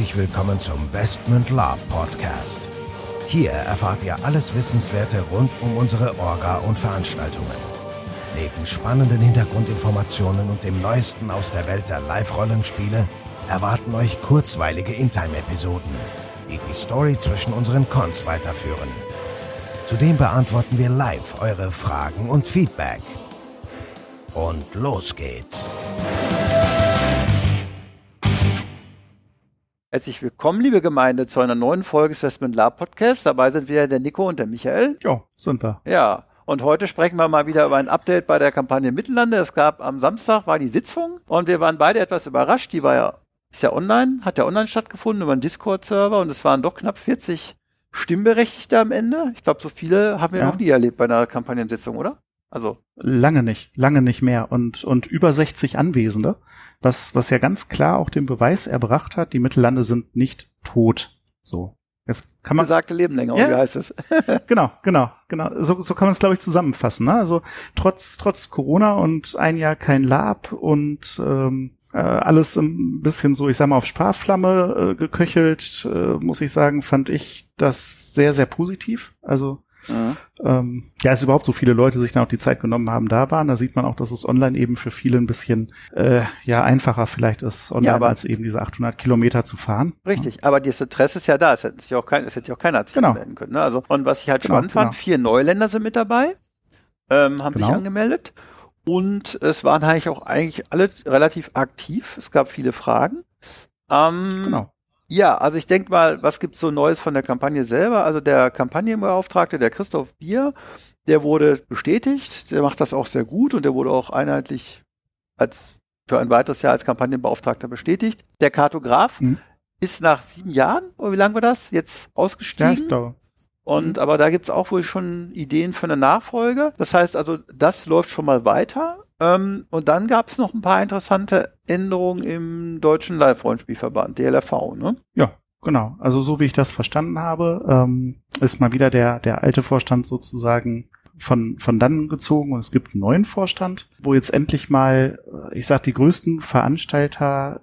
herzlich willkommen zum Westmund Lab Podcast. Hier erfahrt ihr alles Wissenswerte rund um unsere Orga und Veranstaltungen. Neben spannenden Hintergrundinformationen und dem Neuesten aus der Welt der Live-Rollenspiele erwarten euch kurzweilige In-Time-Episoden, die die Story zwischen unseren Cons weiterführen. Zudem beantworten wir live eure Fragen und Feedback. Und los geht's! Herzlich willkommen, liebe Gemeinde, zu einer neuen Folge des Westmund Lab Podcast. Dabei sind wieder der Nico und der Michael. Ja, sind wir. Ja, und heute sprechen wir mal wieder über ein Update bei der Kampagne Mittellande. Es gab am Samstag war die Sitzung und wir waren beide etwas überrascht. Die ist ja online, hat ja online stattgefunden über einen Discord-Server und es waren doch knapp 40 Stimmberechtigte am Ende. Ich glaube, so viele haben wir noch nie erlebt bei einer Kampagnensitzung, oder? Also lange nicht mehr und über 60 Anwesende, was ja ganz klar auch den Beweis erbracht hat, die Mittellande sind nicht tot. So. Jetzt kann man gesagte Leben länger, ja, wie heißt es? Genau. So kann man es, glaube ich, zusammenfassen. Ne? Also trotz Corona und ein Jahr kein Lab und alles ein bisschen so, ich sag mal, auf Sparflamme geköchelt, muss ich sagen, fand ich das sehr, sehr positiv. Also dass überhaupt so viele Leute sich dann auch die Zeit genommen haben, da waren. Da sieht man auch, dass es online eben für viele ein bisschen einfacher vielleicht ist, online als eben diese 800 Kilometer zu fahren. Richtig, aber das Interesse ist ja da. Es hätte ja auch keiner sich anmelden können. Ne? Also, und was ich halt spannend fand, 4 Neuländer sind mit dabei, haben sich angemeldet und es waren eigentlich alle relativ aktiv. Es gab viele Fragen. Ja, also ich denke mal, was gibt's so Neues von der Kampagne selber? Also der Kampagnenbeauftragte, der Christoph Bier, der wurde bestätigt, der macht das auch sehr gut und der wurde auch einheitlich für ein weiteres Jahr als Kampagnenbeauftragter bestätigt. Der Kartograf ist nach 7 Jahren, oder wie lange war das, jetzt ausgestiegen? Ja, aber da gibt's auch wohl schon Ideen für eine Nachfolge. Das heißt also, das läuft schon mal weiter. Und dann gab's noch ein paar interessante Änderungen im Deutschen Live-Rollenspielverband, DLRV, ne? Ja, genau. Also so wie ich das verstanden habe, ist mal wieder der alte Vorstand sozusagen von dann gezogen und es gibt einen neuen Vorstand, wo jetzt endlich mal, ich sag, die größten Veranstalter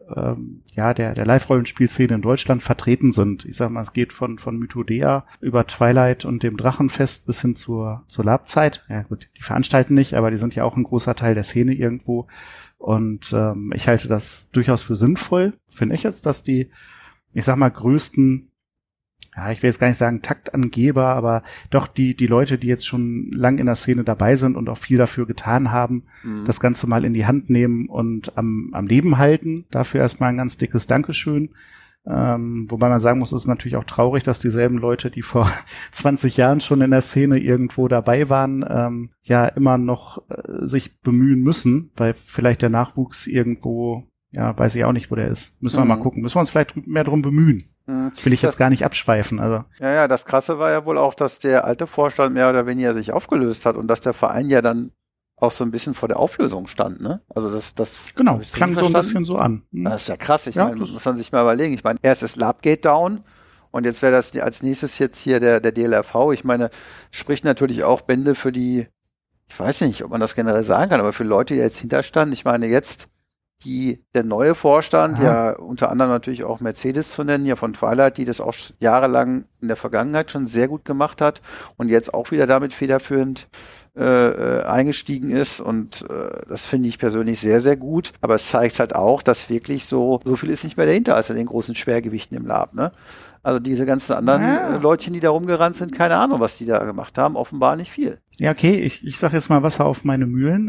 der Live-Rollenspielszene in Deutschland vertreten sind. Ich sag mal, es geht von Mythodea über Twilight und dem Drachenfest bis hin zur Labzeit. Ja gut, die veranstalten nicht, aber die sind ja auch ein großer Teil der Szene irgendwo. Und ich halte das durchaus für sinnvoll, finde ich jetzt, dass die, ich sag mal, größten, ich will jetzt gar nicht sagen Taktangeber, aber doch die Leute, die jetzt schon lang in der Szene dabei sind und auch viel dafür getan haben, das Ganze mal in die Hand nehmen und am Leben halten. Dafür erstmal ein ganz dickes Dankeschön. Wobei man sagen muss, es ist natürlich auch traurig, dass dieselben Leute, die vor 20 Jahren schon in der Szene irgendwo dabei waren, immer noch sich bemühen müssen, weil vielleicht der Nachwuchs irgendwo, weiß ich auch nicht, wo der ist. Müssen wir mal gucken. Müssen wir uns vielleicht mehr drum bemühen. Will ich jetzt gar nicht abschweifen. Also. Ja, das Krasse war ja wohl auch, dass der alte Vorstand mehr oder weniger sich aufgelöst hat und dass der Verein ja dann auch so ein bisschen vor der Auflösung stand, ne? Also das genau, klang so ein bisschen so an. Das ist ja krass. Ich meine, muss man sich mal überlegen. Ich meine, erst ist Labgate down und jetzt wäre das als nächstes jetzt hier der DLRV. Ich meine, spricht natürlich auch Bände für die, ich weiß nicht, ob man das generell sagen kann, aber für Leute, die jetzt hinterstanden. Ich meine, jetzt der neue Vorstand, ja unter anderem natürlich auch Mercedes zu nennen, ja von Twilight, die das auch jahrelang in der Vergangenheit schon sehr gut gemacht hat und jetzt auch wieder damit federführend eingestiegen ist und das finde ich persönlich sehr, sehr gut, aber es zeigt halt auch, dass wirklich so viel ist nicht mehr dahinter als an den großen Schwergewichten im Lab, ne? Also diese ganzen anderen Leutchen, die da rumgerannt sind, keine Ahnung, was die da gemacht haben, offenbar nicht viel. Ja, okay, ich sag jetzt mal Wasser auf meine Mühlen.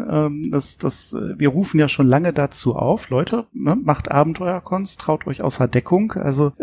Wir rufen ja schon lange dazu auf, Leute, ne, macht Abenteuercons, traut euch außer Deckung. Also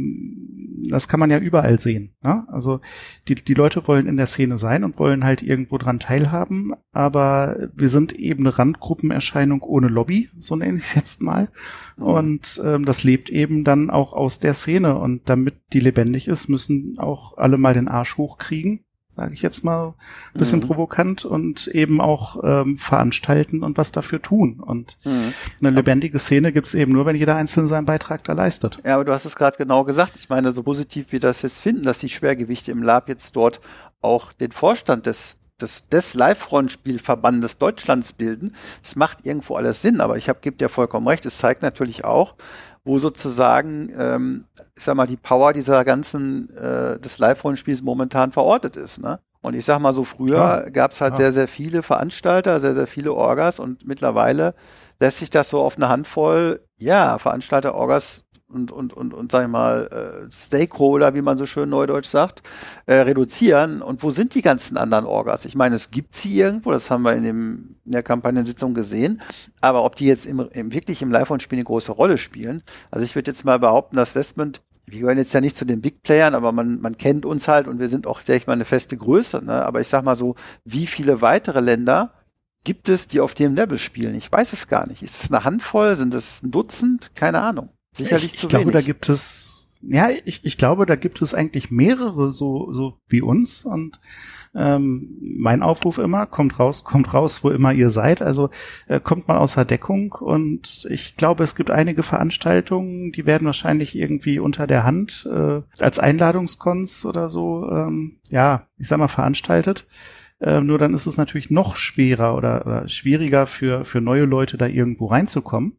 das kann man ja überall sehen. Ne? Also die Leute wollen in der Szene sein und wollen halt irgendwo dran teilhaben, aber wir sind eben eine Randgruppenerscheinung ohne Lobby, so nenne ich es jetzt mal. Und das lebt eben dann auch aus der Szene und damit die lebendig ist, müssen auch alle mal den Arsch hochkriegen, sage ich jetzt mal ein bisschen provokant und eben auch veranstalten und was dafür tun. Und eine lebendige Szene gibt's eben nur, wenn jeder Einzelne seinen Beitrag da leistet. Ja, aber du hast es gerade genau gesagt. Ich meine, so positiv wir das jetzt finden, dass die Schwergewichte im Lab jetzt dort auch den Vorstand des Live-Rollenspielverbandes Deutschlands bilden. Es macht irgendwo alles Sinn, aber gebe dir vollkommen recht, es zeigt natürlich auch, wo sozusagen, ich sag mal, die Power dieser ganzen, des Live-Rollenspiels momentan verortet ist, ne? Und ich sag mal so, früher gab es halt sehr, sehr viele Veranstalter, sehr, sehr viele Orgas und mittlerweile lässt sich das so auf eine Handvoll, Veranstalter, Orgas und sag ich mal, Stakeholder, wie man so schön neudeutsch sagt, reduzieren. Und wo sind die ganzen anderen Orgas? Ich meine, es gibt sie irgendwo, das haben wir in der Kampagnensitzung gesehen, aber ob die jetzt wirklich im Live-On-Spiel eine große Rolle spielen, also ich würde jetzt mal behaupten, dass Westmund, wir gehören jetzt ja nicht zu den Big Playern, aber man kennt uns halt und wir sind auch, sag ich mal, eine feste Größe, ne? Aber ich sag mal so, wie viele weitere Länder gibt es, die auf dem Level spielen? Ich weiß es gar nicht. Ist es eine Handvoll? Sind es ein Dutzend? Keine Ahnung. Sicherlich zu wenig. Ich glaube, da gibt es, ich glaube, da gibt es eigentlich mehrere so wie uns und mein Aufruf immer, kommt raus, wo immer ihr seid. Also kommt mal außer Deckung und ich glaube, es gibt einige Veranstaltungen, die werden wahrscheinlich irgendwie unter der Hand als Einladungskons oder so, ich sag mal, veranstaltet. Nur dann ist es natürlich noch schwerer oder schwieriger für neue Leute da irgendwo reinzukommen.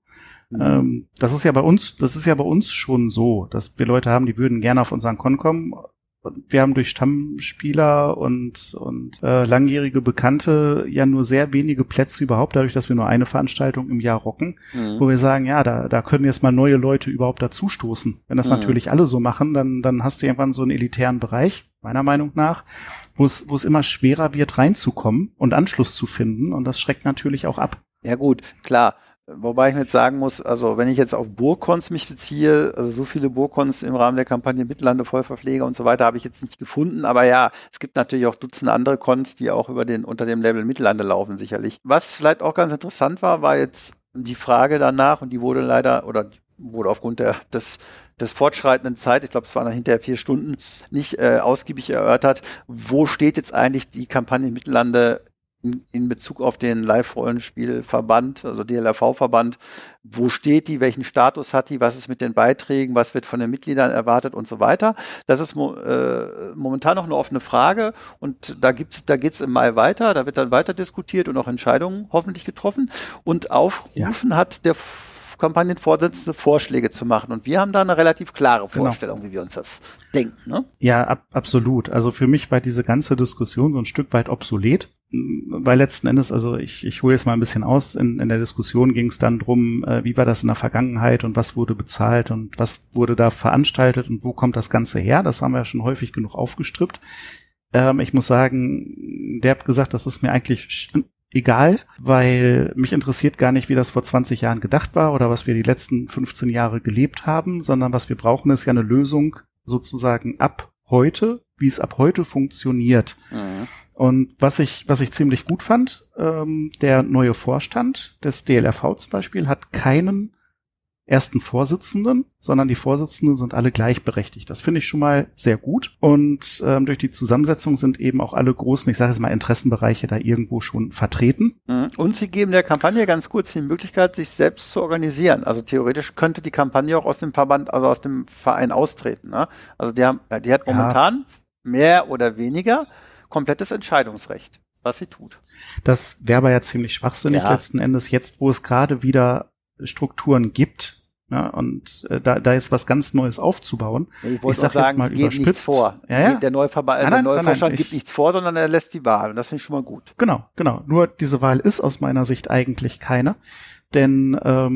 Das ist ja bei uns schon so, dass wir Leute haben, die würden gerne auf unseren Con kommen. Wir haben durch Stammspieler und langjährige Bekannte ja nur sehr wenige Plätze überhaupt, dadurch, dass wir nur eine Veranstaltung im Jahr rocken, wo wir sagen, da können jetzt mal neue Leute überhaupt dazustoßen. Wenn das natürlich alle so machen, dann hast du irgendwann so einen elitären Bereich, meiner Meinung nach, wo es immer schwerer wird, reinzukommen und Anschluss zu finden und das schreckt natürlich auch ab. Ja gut, klar. Wobei ich mir jetzt sagen muss, also wenn ich jetzt auf Burgcons mich beziehe, also so viele Burgcons im Rahmen der Kampagne Mittellande, Vollverpfleger und so weiter habe ich jetzt nicht gefunden, aber ja, es gibt natürlich auch Dutzende andere Cons, die auch unter dem Label Mittellande laufen sicherlich. Was vielleicht auch ganz interessant war jetzt die Frage danach und die wurde aufgrund des fortschreitenden Zeit, ich glaube, es waren dann hinterher 4 Stunden, nicht ausgiebig erörtert, wo steht jetzt eigentlich die Kampagne Mittellande in Bezug auf den Live-Rollenspielverband, also DLRV-Verband, wo steht die, welchen Status hat die, was ist mit den Beiträgen, was wird von den Mitgliedern erwartet und so weiter. Das ist momentan noch eine offene Frage und da geht's im Mai weiter, da wird dann weiter diskutiert und auch Entscheidungen hoffentlich getroffen und aufgerufen hat der Kampagnenvorsitzende Vorschläge zu machen. Und wir haben da eine relativ klare Vorstellung, wie wir uns das denken. Ne? Ja, absolut. Also für mich war diese ganze Diskussion so ein Stück weit obsolet, weil letzten Endes, also ich hole jetzt mal ein bisschen aus, in der Diskussion ging es dann drum, wie war das in der Vergangenheit und was wurde bezahlt und was wurde da veranstaltet und wo kommt das Ganze her? Das haben wir ja schon häufig genug aufgestrippt. Ich muss sagen, der hat gesagt, das ist mir eigentlich egal, weil mich interessiert gar nicht, wie das vor 20 Jahren gedacht war oder was wir die letzten 15 Jahre gelebt haben, sondern was wir brauchen, ist ja eine Lösung sozusagen ab heute, wie es ab heute funktioniert. Mhm. Und was ich ziemlich gut fand, der neue Vorstand des DLRV zum Beispiel hat keinen ersten Vorsitzenden, sondern die Vorsitzenden sind alle gleichberechtigt. Das finde ich schon mal sehr gut. Und durch die Zusammensetzung sind eben auch alle großen, ich sage jetzt mal, Interessenbereiche da irgendwo schon vertreten. Und sie geben der Kampagne ganz kurz die Möglichkeit, sich selbst zu organisieren. Also theoretisch könnte die Kampagne auch aus dem Verband, also aus dem Verein austreten. Ne? Also die hat momentan mehr oder weniger komplettes Entscheidungsrecht, was sie tut. Das wäre aber ja ziemlich schwachsinnig letzten Endes, jetzt wo es gerade wieder Strukturen gibt, ja, und da ist was ganz Neues aufzubauen. Ich wollte sagen, jetzt mal überspitzt. Nichts vor. Ja? Der neue Vorstand gibt nichts vor, sondern er lässt die Wahl. Und das finde ich schon mal gut. Genau. Nur diese Wahl ist aus meiner Sicht eigentlich keine. Denn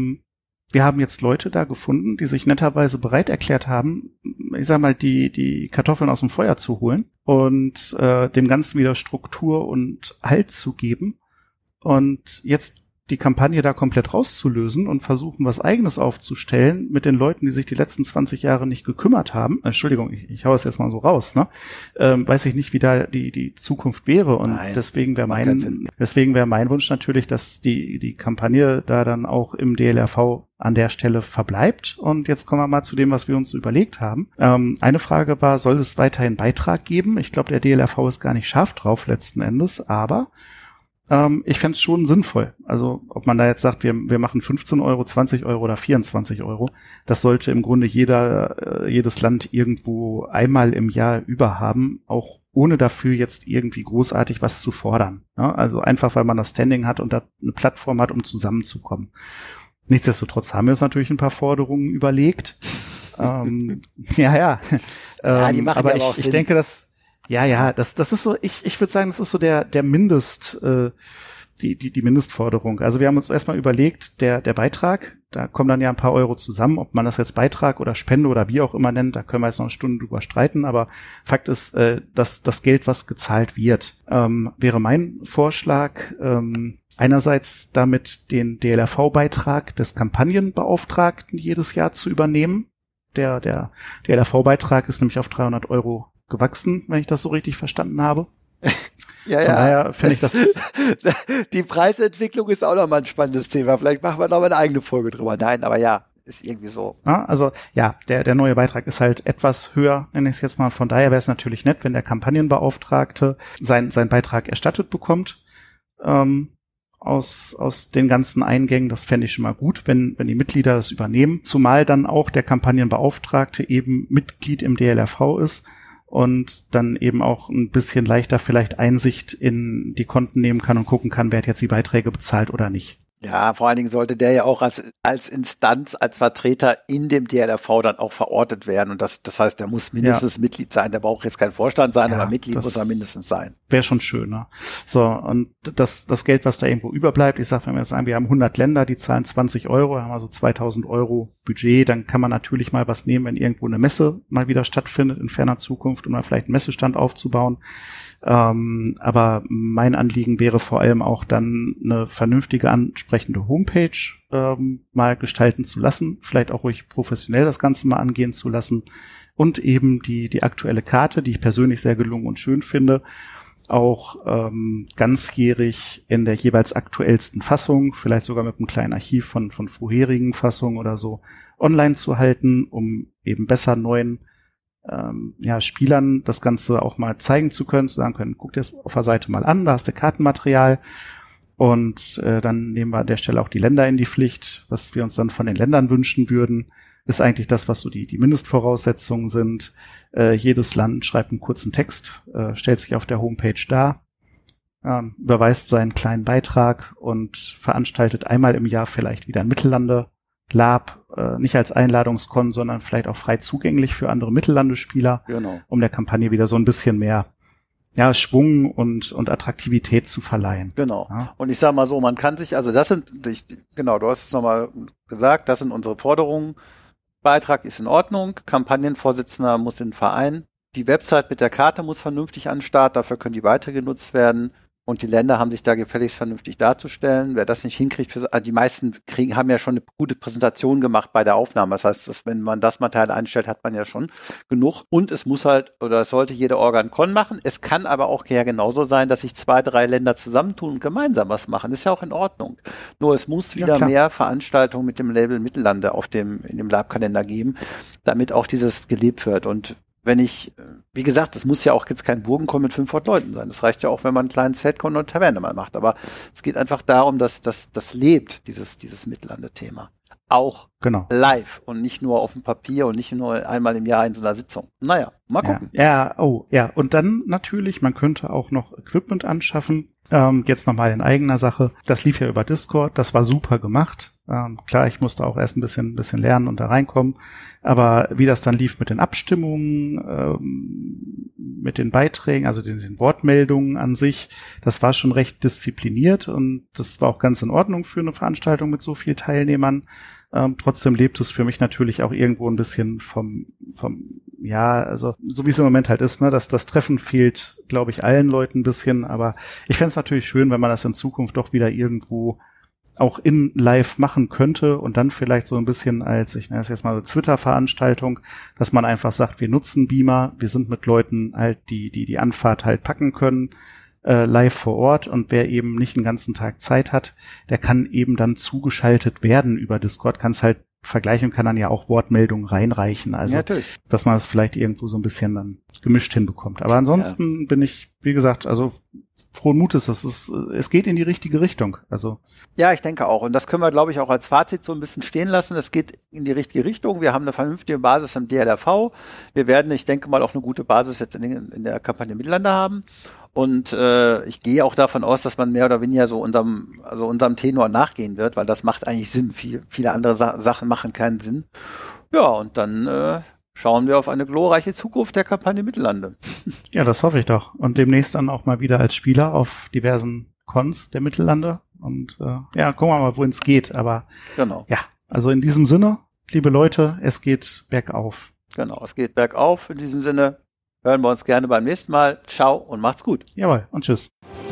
wir haben jetzt Leute da gefunden, die sich netterweise bereit erklärt haben, ich sag mal, die Kartoffeln aus dem Feuer zu holen und dem Ganzen wieder Struktur und Halt zu geben. Und jetzt die Kampagne da komplett rauszulösen und versuchen, was Eigenes aufzustellen mit den Leuten, die sich die letzten 20 Jahre nicht gekümmert haben. Entschuldigung, ich hau es jetzt mal so raus, ne? Weiß ich nicht, wie da die Zukunft wäre. Und deswegen wäre mein Wunsch natürlich, dass die Kampagne da dann auch im DLRV an der Stelle verbleibt. Und jetzt kommen wir mal zu dem, was wir uns überlegt haben. Eine Frage war, soll es weiterhin Beitrag geben? Ich glaube, der DLRV ist gar nicht scharf drauf letzten Endes, aber ich fände es schon sinnvoll. Also ob man da jetzt sagt, wir machen 15 Euro, 20 Euro oder 24 Euro, das sollte im Grunde jedes Land irgendwo einmal im Jahr überhaben, auch ohne dafür jetzt irgendwie großartig was zu fordern. Ja, also einfach, weil man das Standing hat und da eine Plattform hat, um zusammenzukommen. Nichtsdestotrotz haben wir uns natürlich ein paar Forderungen überlegt. Die machen aber auch Sinn. Ich denke, das ist so, ich würde sagen, das ist so der die Mindestforderung. Also wir haben uns erstmal überlegt, der Beitrag, da kommen dann ja ein paar Euro zusammen, ob man das jetzt Beitrag oder Spende oder wie auch immer nennt, da können wir jetzt noch eine Stunde drüber streiten, aber Fakt ist, dass das Geld, was gezahlt wird, wäre mein Vorschlag, einerseits damit den DLRV-Beitrag des Kampagnenbeauftragten jedes Jahr zu übernehmen. Der DLRV-Beitrag ist nämlich auf 300 Euro gewachsen, wenn ich das so richtig verstanden habe. Ja. Von daher finde ich das. Die Preisentwicklung ist auch nochmal ein spannendes Thema. Vielleicht machen wir nochmal eine eigene Folge drüber. Nein, aber ja, ist irgendwie so. Ja, also ja, der neue Beitrag ist halt etwas höher, nenne ich es jetzt mal. Von daher wäre es natürlich nett, wenn der Kampagnenbeauftragte seinen Beitrag erstattet bekommt. Aus den ganzen Eingängen, das fände ich schon mal gut, wenn die Mitglieder das übernehmen, zumal dann auch der Kampagnenbeauftragte eben Mitglied im DLRV ist und dann eben auch ein bisschen leichter vielleicht Einsicht in die Konten nehmen kann und gucken kann, wer hat jetzt die Beiträge bezahlt oder nicht. Ja, vor allen Dingen sollte der ja auch als Instanz, als Vertreter in dem DLRV dann auch verortet werden. Und das heißt, der muss mindestens Mitglied sein. Der braucht jetzt kein Vorstand sein, aber Mitglied muss er mindestens sein. Wäre schon schön, ne? So, und das Geld, was da irgendwo überbleibt, ich sag, wenn wir jetzt sagen, wir haben 100 Länder, die zahlen 20 Euro, haben wir so 2000 Euro Budget, dann kann man natürlich mal was nehmen, wenn irgendwo eine Messe mal wieder stattfindet in ferner Zukunft, um dann vielleicht einen Messestand aufzubauen. Aber mein Anliegen wäre vor allem auch dann eine vernünftige, ansprechende Homepage mal gestalten zu lassen, vielleicht auch ruhig professionell das Ganze mal angehen zu lassen und eben die aktuelle Karte, die ich persönlich sehr gelungen und schön finde, auch ganzjährig in der jeweils aktuellsten Fassung, vielleicht sogar mit einem kleinen Archiv von vorherigen Fassungen oder so, online zu halten, um eben besser neuen Spielern das Ganze auch mal zeigen zu können, zu sagen können, guck dir das auf der Seite mal an, da hast du Kartenmaterial und dann nehmen wir an der Stelle auch die Länder in die Pflicht. Was wir uns dann von den Ländern wünschen würden, ist eigentlich das, was so die Mindestvoraussetzungen sind. Jedes Land schreibt einen kurzen Text, stellt sich auf der Homepage dar, überweist seinen kleinen Beitrag und veranstaltet einmal im Jahr vielleicht wieder ein Mittellande-Lab, nicht als Einladungskon, sondern vielleicht auch frei zugänglich für andere Mittellandespieler, genau, um der Kampagne wieder so ein bisschen mehr Schwung und Attraktivität zu verleihen. Genau. Ja. Und ich sage mal so, man kann sich, also du hast es nochmal gesagt, das sind unsere Forderungen. Beitrag ist in Ordnung, Kampagnenvorsitzender muss in den Verein, die Website mit der Karte muss vernünftig an den Start, dafür können die Beiträge genutzt werden. Und die Länder haben sich da gefälligst vernünftig darzustellen. Wer das nicht hinkriegt, also die meisten haben ja schon eine gute Präsentation gemacht bei der Aufnahme. Das heißt, wenn man das Material einstellt, hat man ja schon genug. Und es muss halt, oder es sollte jeder Organ-Con machen. Es kann aber auch ja genauso sein, dass sich 2, 3 Länder zusammentun und gemeinsam was machen. Ist ja auch in Ordnung. Nur es muss wieder mehr Veranstaltungen mit dem Label Mittellande in dem Lab-Kalender geben, damit auch dieses gelebt wird. Und wie gesagt, es muss ja auch jetzt kein Burgenkon mit 500 Leuten sein. Das reicht ja auch, wenn man einen kleinen Zeltkon oder Taverne mal macht. Aber es geht einfach darum, dass das lebt, dieses Mittellande-Thema. Auch live und nicht nur auf dem Papier und nicht nur einmal im Jahr in so einer Sitzung. Naja, mal gucken. Ja. Und dann natürlich, man könnte auch noch Equipment anschaffen. Jetzt nochmal in eigener Sache. Das lief ja über Discord, das war super gemacht. Klar, ich musste auch erst ein bisschen lernen und da reinkommen. Aber wie das dann lief mit den Abstimmungen, mit den Beiträgen, also den Wortmeldungen an sich, das war schon recht diszipliniert und das war auch ganz in Ordnung für eine Veranstaltung mit so vielen Teilnehmern. Trotzdem lebt es für mich natürlich auch irgendwo ein bisschen also so wie es im Moment halt ist, ne, dass das Treffen fehlt, glaube ich, allen Leuten ein bisschen, aber ich fände es natürlich schön, wenn man das in Zukunft doch wieder irgendwo auch in live machen könnte und dann vielleicht so ein bisschen als, ich nenne es jetzt mal so Twitter-Veranstaltung, dass man einfach sagt, wir nutzen Beamer, wir sind mit Leuten halt, die Anfahrt halt packen können, live vor Ort und wer eben nicht den ganzen Tag Zeit hat, der kann eben dann zugeschaltet werden über Discord, kann es halt vergleichen und kann dann ja auch Wortmeldungen reinreichen, also dass man es vielleicht irgendwo so ein bisschen dann gemischt hinbekommt. Aber ansonsten bin ich, wie gesagt, also frohen Mutes, es geht in die richtige Richtung. Also ja, ich denke auch. Und das können wir, glaube ich, auch als Fazit so ein bisschen stehen lassen. Es geht in die richtige Richtung. Wir haben eine vernünftige Basis im DLRV. Wir werden, ich denke mal, auch eine gute Basis jetzt in der Kampagne Mittellande haben. Und ich gehe auch davon aus, dass man mehr oder weniger so unserem Tenor nachgehen wird, weil das macht eigentlich Sinn. Viele andere Sachen machen keinen Sinn. Ja, und dann schauen wir auf eine glorreiche Zukunft der Kampagne Mittellande. Ja, das hoffe ich doch. Und demnächst dann auch mal wieder als Spieler auf diversen Cons der Mittellande. Und gucken wir mal, wohin es geht. Aber genau. Ja, also in diesem Sinne, liebe Leute, es geht bergauf. Genau, es geht bergauf. In diesem Sinne hören wir uns gerne beim nächsten Mal. Ciao und macht's gut. Jawohl, und tschüss.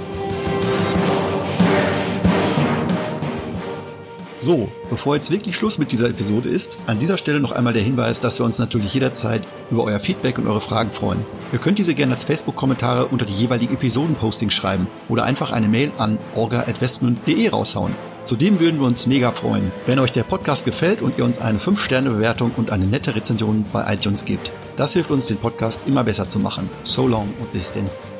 So, bevor jetzt wirklich Schluss mit dieser Episode ist, an dieser Stelle noch einmal der Hinweis, dass wir uns natürlich jederzeit über euer Feedback und eure Fragen freuen. Ihr könnt diese gerne als Facebook-Kommentare unter die jeweiligen Episoden-Postings schreiben oder einfach eine Mail an orga@westmund.de raushauen. Zudem würden wir uns mega freuen, wenn euch der Podcast gefällt und ihr uns eine 5-Sterne-Bewertung und eine nette Rezension bei iTunes gebt. Das hilft uns, den Podcast immer besser zu machen. So long und bis denn.